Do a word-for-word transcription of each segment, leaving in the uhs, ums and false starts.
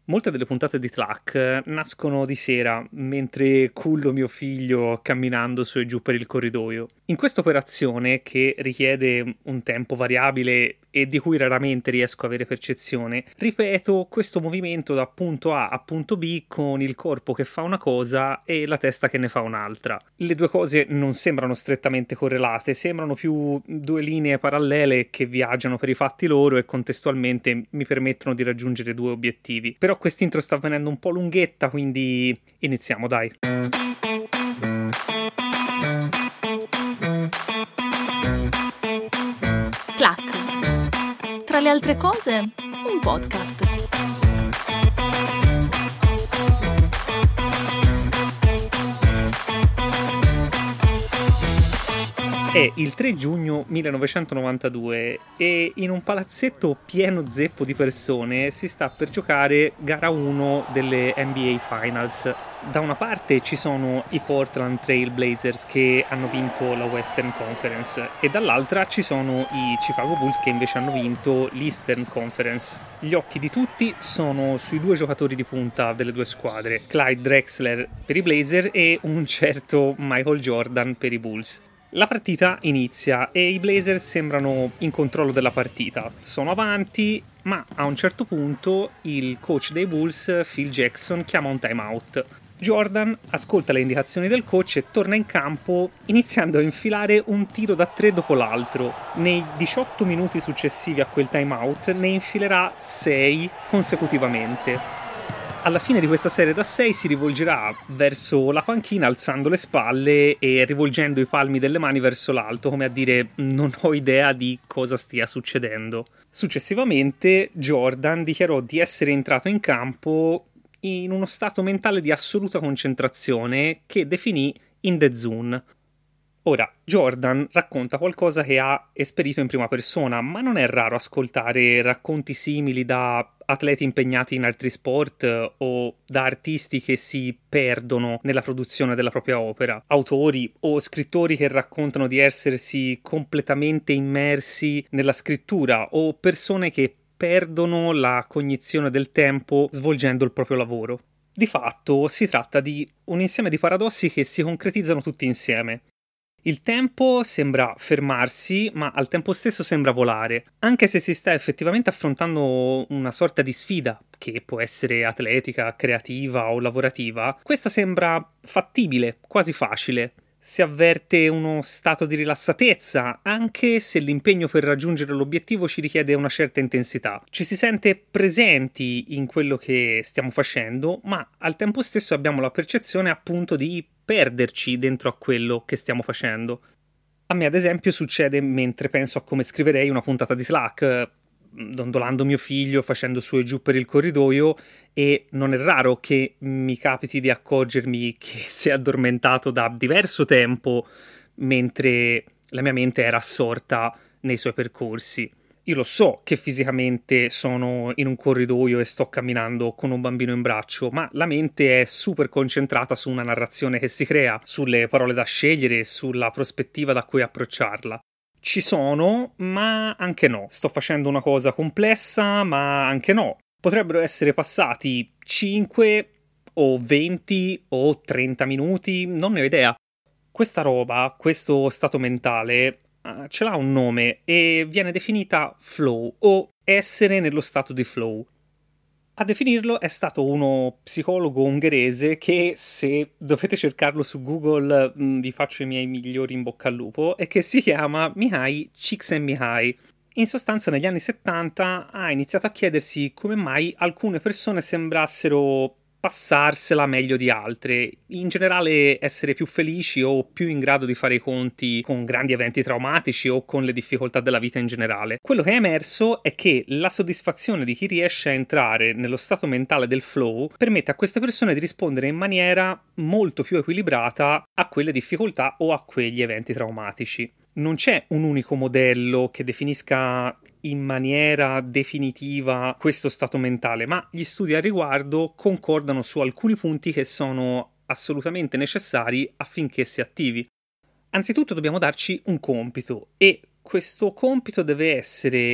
Molte delle puntate di Tlac nascono di sera, mentre cullo mio figlio camminando su e giù per il corridoio. In questa operazione, che richiede un tempo variabile e di cui raramente riesco a avere percezione, ripeto questo movimento da punto A a punto B con il corpo che fa una cosa e la testa che ne fa un'altra. Le due cose non sembrano strettamente correlate, sembrano più due linee parallele che viaggiano per i fatti loro e contestualmente mi permettono di raggiungere due obiettivi. Però quest'intro sta venendo un po' lunghetta, quindi iniziamo, dai. Tlac. Tra le altre cose, un podcast. È il tre giugno millenovecentonovantadue e in un palazzetto pieno zeppo di persone si sta per giocare gara uno delle N B A Finals. Da una parte ci sono i Portland Trail Blazers che hanno vinto la Western Conference e dall'altra ci sono i Chicago Bulls che invece hanno vinto l'Eastern Conference. Gli occhi di tutti sono sui due giocatori di punta delle due squadre, Clyde Drexler per i Blazers e un certo Michael Jordan per i Bulls. La partita inizia e i Blazers sembrano in controllo della partita. Sono avanti, ma a un certo punto il coach dei Bulls, Phil Jackson, chiama un timeout. Jordan ascolta le indicazioni del coach e torna in campo iniziando a infilare un tiro da tre dopo l'altro. Nei diciotto minuti successivi a quel timeout ne infilerà sei consecutivamente. Alla fine di questa serie da sei si rivolgerà verso la panchina alzando le spalle e rivolgendo i palmi delle mani verso l'alto, come a dire non ho idea di cosa stia succedendo. Successivamente Jordan dichiarò di essere entrato in campo in uno stato mentale di assoluta concentrazione che definì in the zone. Ora, Jordan racconta qualcosa che ha esperito in prima persona, ma non è raro ascoltare racconti simili da atleti impegnati in altri sport o da artisti che si perdono nella produzione della propria opera, autori o scrittori che raccontano di essersi completamente immersi nella scrittura o persone che perdono la cognizione del tempo svolgendo il proprio lavoro. Di fatto si tratta di un insieme di paradossi che si concretizzano tutti insieme. Il tempo sembra fermarsi, ma al tempo stesso sembra volare, anche se si sta effettivamente affrontando una sorta di sfida, che può essere atletica, creativa o lavorativa. Questa sembra fattibile, quasi facile. Si avverte uno stato di rilassatezza, anche se l'impegno per raggiungere l'obiettivo ci richiede una certa intensità. Ci si sente presenti in quello che stiamo facendo, ma al tempo stesso abbiamo la percezione appunto di perderci dentro a quello che stiamo facendo. A me ad esempio succede mentre penso a come scriverei una puntata di Tlac, dondolando mio figlio, facendo su e giù per il corridoio, e non è raro che mi capiti di accorgermi che si è addormentato da diverso tempo mentre la mia mente era assorta nei suoi percorsi. Io lo so che fisicamente sono in un corridoio e sto camminando con un bambino in braccio, ma la mente è super concentrata su una narrazione che si crea, sulle parole da scegliere e sulla prospettiva da cui approcciarla. Ci sono, ma anche no. Sto facendo una cosa complessa, ma anche no. Potrebbero essere passati cinque o venti o trenta minuti, non ne ho idea. Questa roba, questo stato mentale, uh, ce l'ha un nome e viene definita flow o essere nello stato di flow. A definirlo è stato uno psicologo ungherese che, se dovete cercarlo su Google, mh, vi faccio i miei migliori in bocca al lupo, e che si chiama Mihai Csikszentmihalyi. In sostanza, negli anni settanta ha iniziato a chiedersi come mai alcune persone sembrassero passarsela meglio di altre, in generale essere più felici o più in grado di fare i conti con grandi eventi traumatici o con le difficoltà della vita in generale. Quello che è emerso è che la soddisfazione di chi riesce a entrare nello stato mentale del flow permette a queste persone di rispondere in maniera molto più equilibrata a quelle difficoltà o a quegli eventi traumatici. Non c'è un unico modello che definisca in maniera definitiva questo stato mentale, ma gli studi a riguardo concordano su alcuni punti che sono assolutamente necessari affinché si attivi. Anzitutto dobbiamo darci un compito, e questo compito deve essere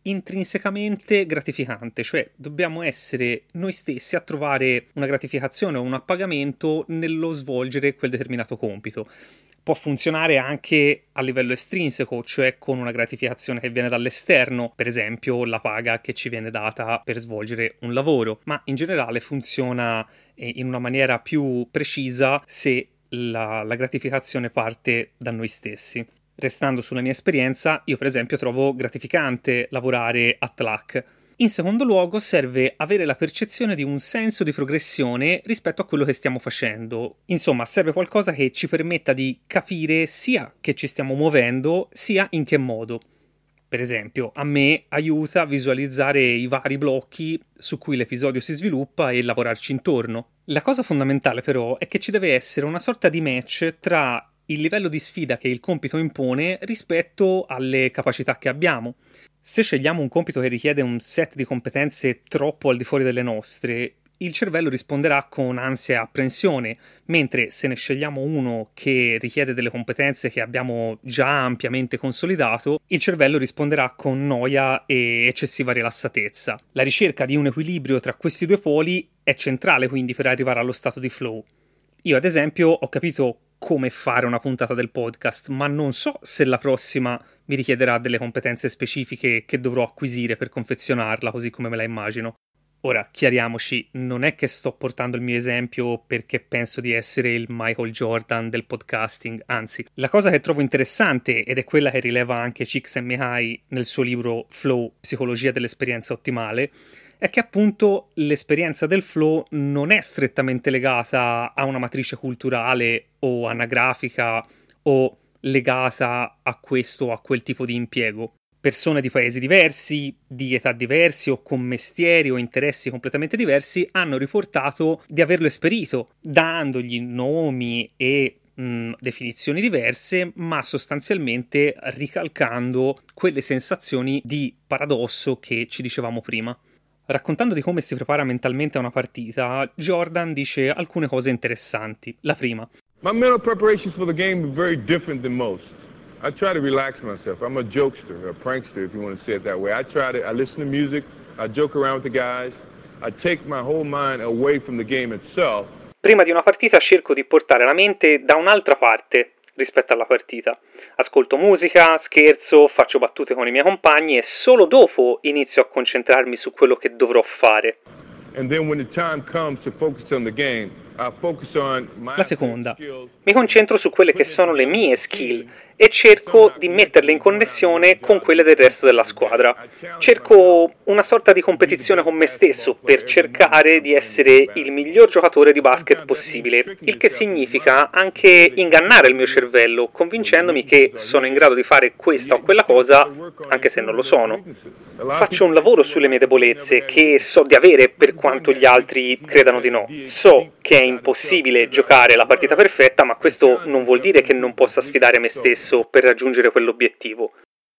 intrinsecamente gratificante, cioè dobbiamo essere noi stessi a trovare una gratificazione o un appagamento nello svolgere quel determinato compito. Può funzionare anche a livello estrinseco, cioè con una gratificazione che viene dall'esterno, per esempio la paga che ci viene data per svolgere un lavoro, ma in generale funziona in una maniera più precisa se la, la gratificazione parte da noi stessi. Restando sulla mia esperienza, io per esempio trovo gratificante lavorare a Tlac. In secondo luogo serve avere la percezione di un senso di progressione rispetto a quello che stiamo facendo. Insomma, serve qualcosa che ci permetta di capire sia che ci stiamo muovendo, sia in che modo. Per esempio, a me aiuta a visualizzare i vari blocchi su cui l'episodio si sviluppa e lavorarci intorno. La cosa fondamentale però è che ci deve essere una sorta di match tra il livello di sfida che il compito impone rispetto alle capacità che abbiamo. Se scegliamo un compito che richiede un set di competenze troppo al di fuori delle nostre, il cervello risponderà con ansia e apprensione, mentre se ne scegliamo uno che richiede delle competenze che abbiamo già ampiamente consolidato, il cervello risponderà con noia e eccessiva rilassatezza. La ricerca di un equilibrio tra questi due poli è centrale quindi per arrivare allo stato di flow. Io ad esempio ho capito come fare una puntata del podcast, ma non so se la prossima mi richiederà delle competenze specifiche che dovrò acquisire per confezionarla così come me la immagino. Ora, chiariamoci, non è che sto portando il mio esempio perché penso di essere il Michael Jordan del podcasting, anzi, la cosa che trovo interessante, ed è quella che rileva anche Csikszentmihalyi nel suo libro Flow, Psicologia dell'esperienza ottimale, è che appunto l'esperienza del flow non è strettamente legata a una matrice culturale o anagrafica o legata a questo o a quel tipo di impiego. Persone di paesi diversi, di età diversi o con mestieri o interessi completamente diversi hanno riportato di averlo esperito, dandogli nomi e mh, definizioni diverse, ma sostanzialmente ricalcando quelle sensazioni di paradosso che ci dicevamo prima. Raccontando di come si prepara mentalmente a una partita, Jordan dice alcune cose interessanti. La prima: My mental preparations for the game are very different than most. I try to relax myself. I'm a jokester, a prankster, if you want to say it that way. I try to, I listen to music, I joke around with the guys, I take my whole mind away from the game itself. Prima di una partita cerco di portare la mente da un'altra parte rispetto alla partita. Ascolto musica, scherzo, faccio battute con i miei compagni e solo dopo inizio a concentrarmi su quello che dovrò fare. And then when the time comes to focus on the game, I focus on my La seconda, mi concentro su quelle che sono le mie skill e cerco di metterle in connessione con quelle del resto della squadra. Cerco una sorta di competizione con me stesso per cercare di essere il miglior giocatore di basket possibile, il che significa anche ingannare il mio cervello, convincendomi che sono in grado di fare questa o quella cosa, anche se non lo sono. Faccio un lavoro sulle mie debolezze, che so di avere per quanto gli altri credano di no. So che è impossibile giocare la partita perfetta, ma questo non vuol dire che non possa sfidare me stesso per raggiungere quell'obiettivo.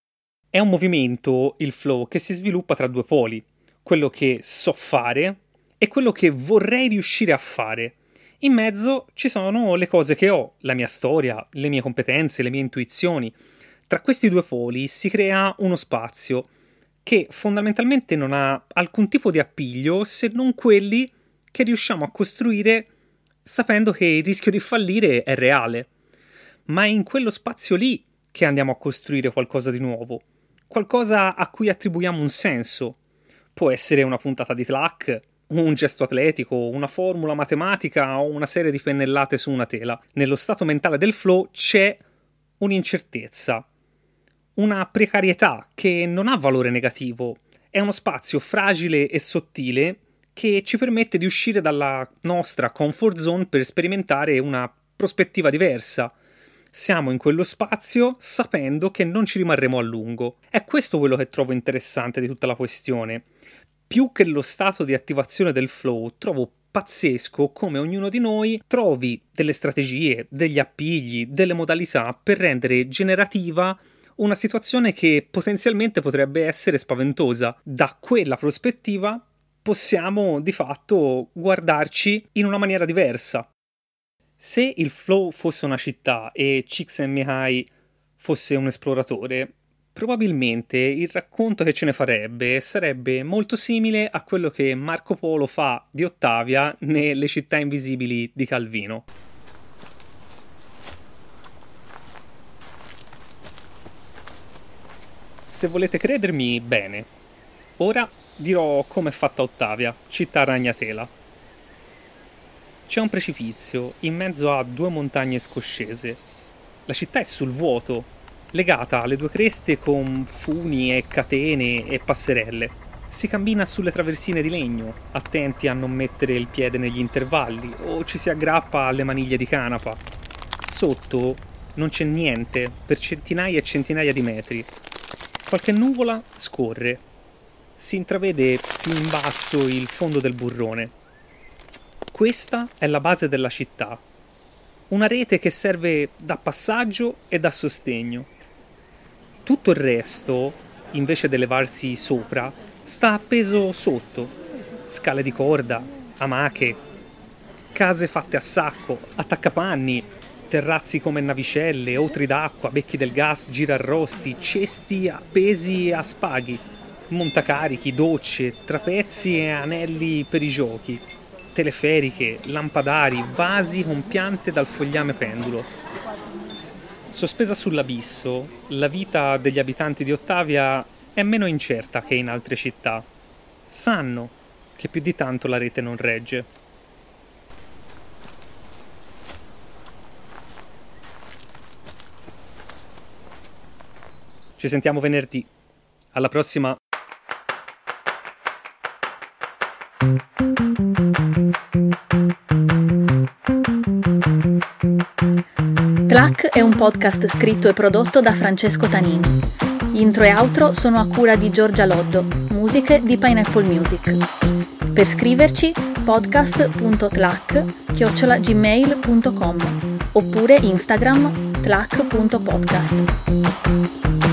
È un movimento, il flow, che si sviluppa tra due poli, quello che so fare e quello che vorrei riuscire a fare. In mezzo ci sono le cose che ho, la mia storia, le mie competenze, le mie intuizioni. Tra questi due poli si crea uno spazio che fondamentalmente non ha alcun tipo di appiglio se non quelli che riusciamo a costruire sapendo che il rischio di fallire è reale. Ma è in quello spazio lì che andiamo a costruire qualcosa di nuovo, qualcosa a cui attribuiamo un senso. Può essere una puntata di Tlac, un gesto atletico, una formula matematica o una serie di pennellate su una tela. Nello stato mentale del flow c'è un'incertezza, una precarietà che non ha valore negativo. È uno spazio fragile e sottile che ci permette di uscire dalla nostra comfort zone per sperimentare una prospettiva diversa. Siamo in quello spazio sapendo che non ci rimarremo a lungo. È questo quello che trovo interessante di tutta la questione. Più che lo stato di attivazione del flow, trovo pazzesco come ognuno di noi trovi delle strategie, degli appigli, delle modalità per rendere generativa una situazione che potenzialmente potrebbe essere spaventosa. Da quella prospettiva possiamo di fatto guardarci in una maniera diversa. Se il flow fosse una città e Csikszentmihalyi fosse un esploratore, probabilmente il racconto che ce ne farebbe sarebbe molto simile a quello che Marco Polo fa di Ottavia nelle Città Invisibili di Calvino. Se volete credermi, bene. Ora dirò come è fatta Ottavia, città ragnatela. C'è un precipizio in mezzo a due montagne scoscese. La città è sul vuoto, legata alle due creste con funi e catene e passerelle. Si cammina sulle traversine di legno, attenti a non mettere il piede negli intervalli, o ci si aggrappa alle maniglie di canapa. Sotto non c'è niente per centinaia e centinaia di metri. Qualche nuvola scorre. Si intravede più in basso il fondo del burrone. Questa è la base della città. Una rete che serve da passaggio e da sostegno. Tutto il resto, invece di levarsi sopra, sta appeso sotto. Scale di corda, amache, case fatte a sacco, attaccapanni, terrazzi come navicelle, otri d'acqua, becchi del gas, girarrosti, cesti appesi a spaghi, montacarichi, docce, trapezzi e anelli per i giochi, teleferiche, lampadari, vasi con piante dal fogliame pendulo. Sospesa sull'abisso, la vita degli abitanti di Ottavia è meno incerta che in altre città. Sanno che più di tanto la rete non regge. Ci sentiamo venerdì. Alla prossima! Tlac è un podcast scritto e prodotto da Francesco Tanini. Intro e outro sono a cura di Giorgia Loddo, musiche di Pineapple Music. Per scriverci podcast punto tlac chiocciola gmail punto com oppure Instagram tlac punto podcast.